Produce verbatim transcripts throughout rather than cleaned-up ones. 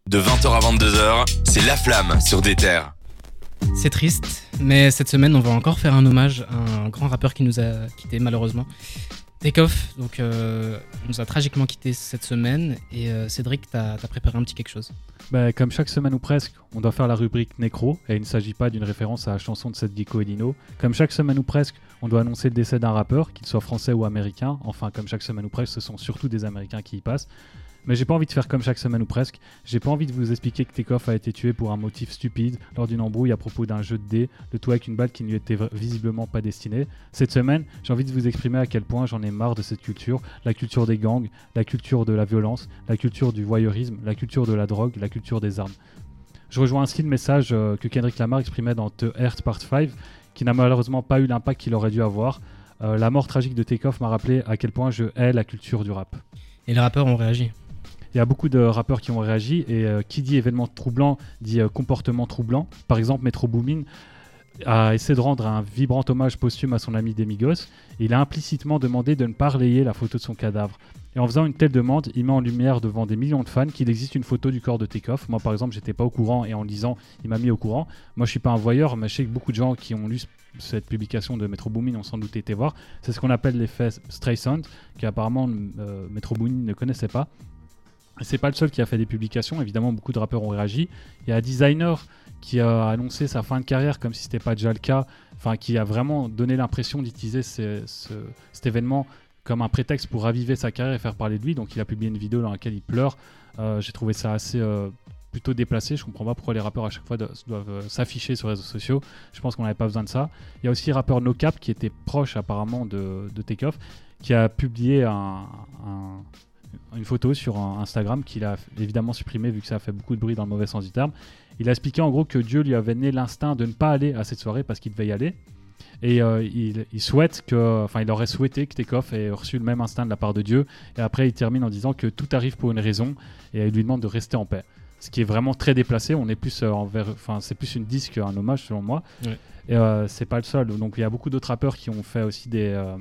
De vingt heures à vingt-deux heures, c'est La Flamme sur des terres. C'est triste, mais cette semaine, on va encore faire un hommage à un grand rappeur qui nous a quittés malheureusement. Takeoff, donc euh, nous a tragiquement quittés cette semaine. Et euh, Cédric, t'as, t'as préparé un petit quelque chose. Bah, comme chaque semaine ou presque, on doit faire la rubrique Nécro, et il ne s'agit pas d'une référence à la chanson de Seth Gecko et Lino. Comme chaque semaine ou presque, on doit annoncer le décès d'un rappeur, qu'il soit français ou américain. Enfin, comme chaque semaine ou presque, ce sont surtout des Américains qui y passent. Mais j'ai pas envie de faire comme chaque semaine ou presque. J'ai pas envie de vous expliquer que Takeoff a été tué pour un motif stupide lors d'une embrouille à propos d'un jeu de dés, le tout avec une balle qui ne lui était visiblement pas destinée. Cette semaine, j'ai envie de vous exprimer à quel point j'en ai marre de cette culture, la culture des gangs, la culture de la violence, la culture du voyeurisme, la culture de la drogue, la culture des armes. Je rejoins ainsi le message euh, que Kendrick Lamar exprimait dans The Earth Part cinq, qui n'a malheureusement pas eu l'impact qu'il aurait dû avoir. Euh, la mort tragique de Takeoff m'a rappelé à quel point je hais la culture du rap. Et les rappeurs ont réagi. Il y a beaucoup de rappeurs qui ont réagi et euh, qui dit événement troublant dit euh, comportement troublant. Par exemple, Metro Boomin a essayé de rendre un vibrant hommage posthume à son ami des Migos. Et il a implicitement demandé de ne pas relayer la photo de son cadavre. Et en faisant une telle demande, il met en lumière devant des millions de fans qu'il existe une photo du corps de Takeoff. Moi, par exemple, j'étais pas au courant et en le lisant, il m'a mis au courant. Moi, je suis pas un voyeur, mais je sais que beaucoup de gens qui ont lu cette publication de Metro Boomin ont sans doute été voir. C'est ce qu'on appelle l'effet Streisand, qu'apparemment euh, Metro Boomin ne connaissait pas. C'est pas le seul qui a fait des publications, évidemment beaucoup de rappeurs ont réagi. Il y a un designer qui a annoncé sa fin de carrière comme si c'était pas déjà le cas, enfin qui a vraiment donné l'impression d'utiliser ce, ce, cet événement comme un prétexte pour raviver sa carrière et faire parler de lui. Donc il a publié une vidéo dans laquelle il pleure. Euh, j'ai trouvé ça assez euh, plutôt déplacé. Je comprends pas pourquoi les rappeurs à chaque fois doivent, doivent euh, s'afficher sur les réseaux sociaux. Je pense qu'on n'avait pas besoin de ça. Il y a aussi le rappeur No Cap qui était proche apparemment de, de Takeoff, qui a publié un, un une photo sur Instagram qu'il a évidemment supprimé vu que ça a fait beaucoup de bruit dans le mauvais sens du terme. Il a expliqué en gros que Dieu lui avait donné l'instinct de ne pas aller à cette soirée parce qu'il devait y aller. Et euh, il, il souhaite que, enfin, il aurait souhaité que Takeoff ait reçu le même instinct de la part de Dieu. Et après, il termine en disant que tout arrive pour une raison et il lui demande de rester en paix. Ce qui est vraiment très déplacé. On est plus euh, envers, enfin, c'est plus une diss qu'un hommage selon moi. Ouais. Et euh, c'est pas le seul. Donc il y a beaucoup d'autres rappeurs qui ont fait aussi des euh,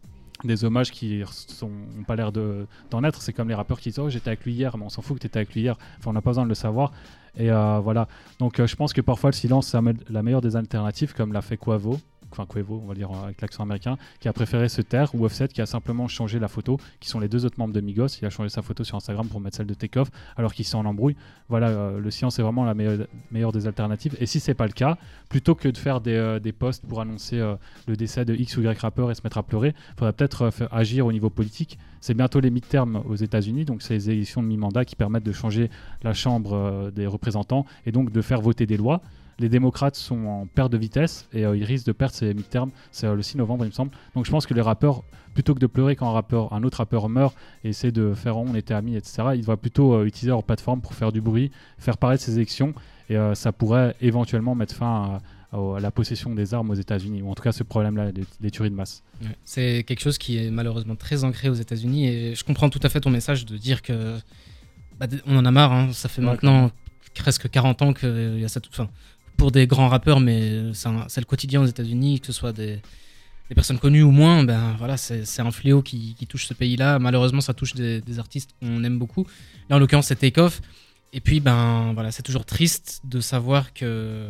des hommages qui n'ont pas l'air de, d'en être. C'est comme les rappeurs qui disent « Oh, j'étais avec lui hier », mais on s'en fout que tu étais avec lui hier. Enfin, on n'a pas besoin de le savoir. Et euh, voilà. Donc, euh, je pense que parfois, le silence, c'est la meilleure des alternatives, comme l'a fait Quavo. Enfin, Quavo, on va dire avec l'accent américain, qui a préféré se taire, ou Offset, qui a simplement changé la photo, qui sont les deux autres membres de Migos. Il a changé sa photo sur Instagram pour mettre celle de Takeoff, alors qu'ils sont en embrouille. Voilà, euh, le silence est vraiment la meilleure, meilleure des alternatives. Et si c'est pas le cas, plutôt que de faire des, euh, des posts pour annoncer euh, le décès de X ou Y rappeur et se mettre à pleurer, il faudrait peut-être euh, faire, agir au niveau politique. C'est bientôt les midterms aux États-Unis, donc c'est les élections de mi-mandat qui permettent de changer la Chambre euh, des représentants et donc de faire voter des lois. Les démocrates sont en perte de vitesse et euh, ils risquent de perdre ces midterms. C'est euh, le six novembre, il me semble. Donc je pense que les rappeurs, plutôt que de pleurer quand un, rappeur, un autre rappeur meurt et essaie de faire on était amis, et cetera, ils devraient plutôt euh, utiliser leur plateforme pour faire du bruit, faire paraître ces élections. Et euh, ça pourrait éventuellement mettre fin à, à, à la possession des armes aux États-Unis, ou en tout cas ce problème-là, des, des tueries de masse. Ouais. C'est quelque chose qui est malheureusement très ancré aux États-Unis. Et je comprends tout à fait ton message de dire que bah, on en a marre. Hein. Ça fait ouais, maintenant presque quarante ans qu'il y a cette. Enfin, pour des grands rappeurs, mais c'est, un, c'est le quotidien aux États-Unis, que ce soit des, des personnes connues ou moins, ben voilà, c'est, c'est un fléau qui, qui touche ce pays-là. Malheureusement, ça touche des, des artistes qu'on aime beaucoup. Là, en l'occurrence, c'est Takeoff. Et puis, ben voilà, c'est toujours triste de savoir que,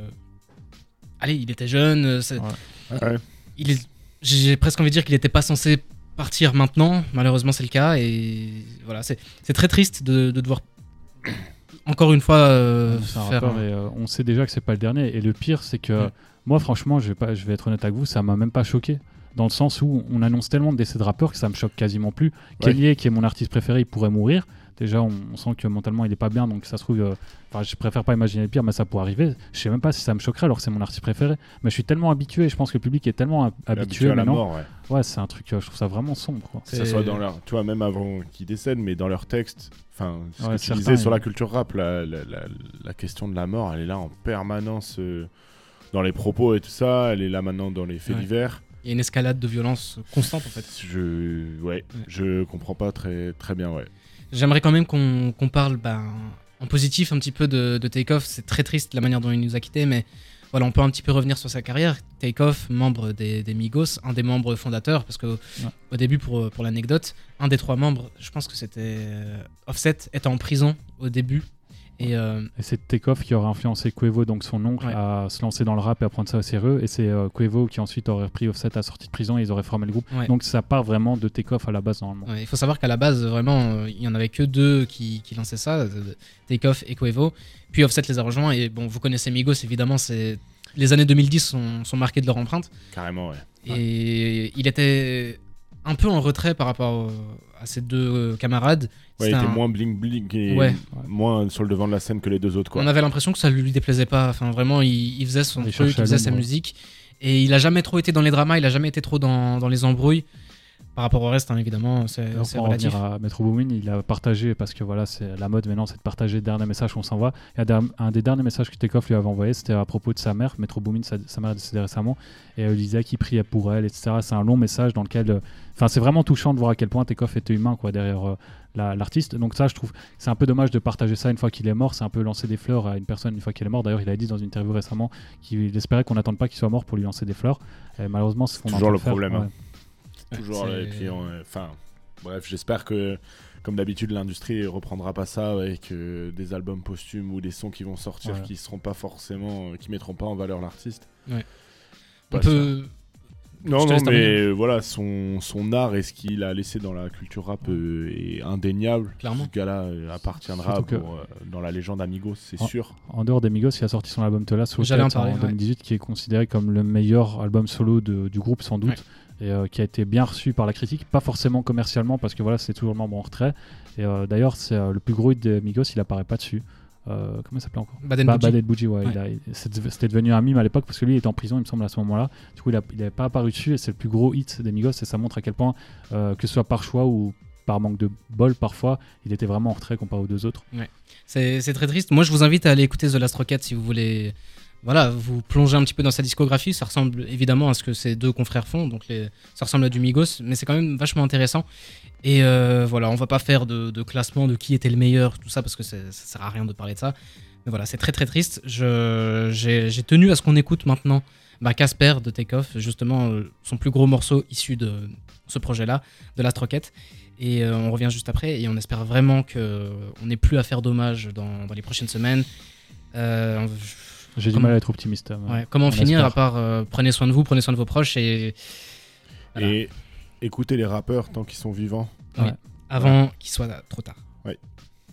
allez, il était jeune. C'est... Ouais. Ouais. Il est... J'ai presque envie de dire qu'il n'était pas censé partir maintenant. Malheureusement, c'est le cas. Et voilà, c'est, c'est très triste de, de devoir. Encore une fois, euh, c'est un faire rapport un... et, euh, on sait déjà que c'est pas le dernier. Et le pire, c'est que mmh. moi, franchement, je vais pas, je vais être honnête avec vous, ça m'a même pas choqué. Dans le sens où on annonce tellement de décès de rappeurs que ça me choque quasiment plus. Ouais. Kelly, qui est mon artiste préféré, il pourrait mourir. Déjà, on, on sent que mentalement, il est pas bien, donc ça se trouve. Enfin, euh, je préfère pas imaginer le pire, mais ça pourrait arriver. Je sais même pas si ça me choquerait alors que c'est mon artiste préféré. Mais je suis tellement habitué. Je pense que le public est tellement a- habitué, habitué à la maintenant. mort, ouais. Ouais, c'est un truc. Je trouve ça vraiment sombre. Quoi. Que ça soit dans leur, tu vois, même avant qu'ils décèdent, mais dans leur texte. Enfin, ce ouais, que tu disais sur la culture rap, la, la, la, la question de la mort, elle est là en permanence euh, dans les propos et tout ça. Elle est là maintenant dans les faits ouais. divers. Il y a une escalade de violence constante en fait. Je, ouais, ouais. je comprends pas très, très bien, ouais. J'aimerais quand même qu'on, qu'on parle ben, en positif un petit peu de, de Takeoff. C'est très triste la manière dont il nous a quittés, mais voilà, on peut un petit peu revenir sur sa carrière. Takeoff, membre des, des Migos, un des membres fondateurs, parce qu'au ouais. début, pour, pour l'anecdote, un des trois membres, je pense que c'était Offset, était en prison au début. Et, euh, et c'est Takeoff qui aurait influencé Quavo, donc son oncle, Ouais. à se lancer dans le rap et à prendre ça au sérieux. Et c'est euh, Quavo qui ensuite aurait repris Offset à la sortie de prison et ils auraient formé le groupe. ouais. Donc ça part vraiment de Takeoff à la base normalement. Ouais, il faut savoir qu'à la base, vraiment, euh, il y en avait que deux qui, qui lançaient ça, euh, Takeoff et Quavo. Puis Offset les a rejoints. Et bon, vous connaissez Migos, évidemment, c'est... les années deux mille dix sont, sont marquées de leur empreinte. Carrément, ouais. Et il était un peu en retrait par rapport à ses deux camarades. Ouais, il C'était était un- moins bling bling et Ouais. moins sur le devant de la scène que les deux autres, quoi. On avait l'impression que ça lui déplaisait pas. Enfin, vraiment, il, il faisait son Il truc, cherchait il faisait à sa l'ombre. musique. Et il a jamais trop été dans les dramas, il a jamais été trop dans, dans les embrouilles. Par rapport au reste, hein, évidemment, c'est Alors, c'est pour en relatif. revenir à Metro Boomin, il a partagé, parce que voilà, c'est la mode maintenant, c'est de partager le dernier message qu'on s'envoie. Et un, der- un des derniers messages que Takeoff lui avait envoyé, c'était à propos de sa mère. Metro Boomin, sa, sa mère est décédée récemment, et elle disait qu'il priait pour elle, et cetera. C'est un long message dans lequel, euh, enfin, c'est vraiment touchant de voir à quel point Takeoff était humain, quoi, derrière euh, la- l'artiste. Donc ça, je trouve, c'est un peu dommage de partager ça une fois qu'il est mort. C'est un peu lancer des fleurs à une personne une fois qu'il est mort. D'ailleurs, il a dit dans une interview récemment qu'il espérait qu'on n'attende pas qu'il soit mort pour lui lancer des fleurs. Et malheureusement, c'est ce qu'on est en Toujours train le de faire. problème, hein. Ouais. Ouais, Toujours, c'est- là, et puis, on- enfin, bref, j'espère que, comme d'habitude, l'industrie reprendra pas ça avec euh, des albums posthumes ou des sons qui vont sortir Ouais. qui seront pas forcément, euh, qui mettront pas en valeur l'artiste. Ouais. Pas On peut. Non, Je te non, laisse mais terminer. euh, voilà, son, son art et ce qu'il a laissé dans la culture rap euh, est indéniable. Clairement. Ce gars-là euh, appartiendra Surtout que- pour, euh, dans la légende Amigos, c'est Oh. sûr. En dehors des Migos, il a sorti son album Telas au J'allais en tête parler, en ouais. deux mille dix-huit, qui est considéré comme le meilleur album solo de- du groupe sans doute, et euh, qui a été bien reçu par la critique, pas forcément commercialement parce que voilà, c'est toujours le membre en retrait. Et euh, d'ailleurs, c'est euh, le plus gros hit des Migos, il apparaît pas dessus. Euh, comment il s'appelait encore Bad and Ba- Bougie. Bad and Bougie, ouais. Ouais. il a- il- c'était c'était devenu un mime à l'époque parce que lui il était en prison, il me semble, à ce moment-là. Du coup, il n'avait pas apparu dessus et c'est le plus gros hit des Migos. Et ça montre à quel point, euh, que ce soit par choix ou par manque de bol parfois, il était vraiment en retrait comparé aux deux autres. C'est c'est très triste. Moi, je vous invite à aller écouter The Last Rocket si vous voulez. Voilà, vous plongez un petit peu dans sa discographie. Ça ressemble évidemment à ce que ces deux confrères font. Donc, les... ça ressemble à du Migos, mais c'est quand même vachement intéressant. Et euh, voilà, on va pas faire de, de classement de qui était le meilleur, tout ça, parce que c'est- ça sert à rien de parler de ça. Mais voilà, c'est très très triste. Je- J'ai j'ai tenu à ce qu'on écoute maintenant bah, Casper de Takeoff, justement, euh, son plus gros morceau issu de ce projet-là, de Last Rocket. Et euh, on revient juste après. Et on espère vraiment qu'on n'ait plus à faire d'hommage dans, dans les prochaines semaines. Euh, J'ai du Comment- mal à être optimiste. hein. ouais, comment On finir espère. à part euh, prenez soin de vous, prenez soin de vos proches et voilà. Et écoutez les rappeurs tant qu'ils sont vivants. avant qu'il soit trop tard.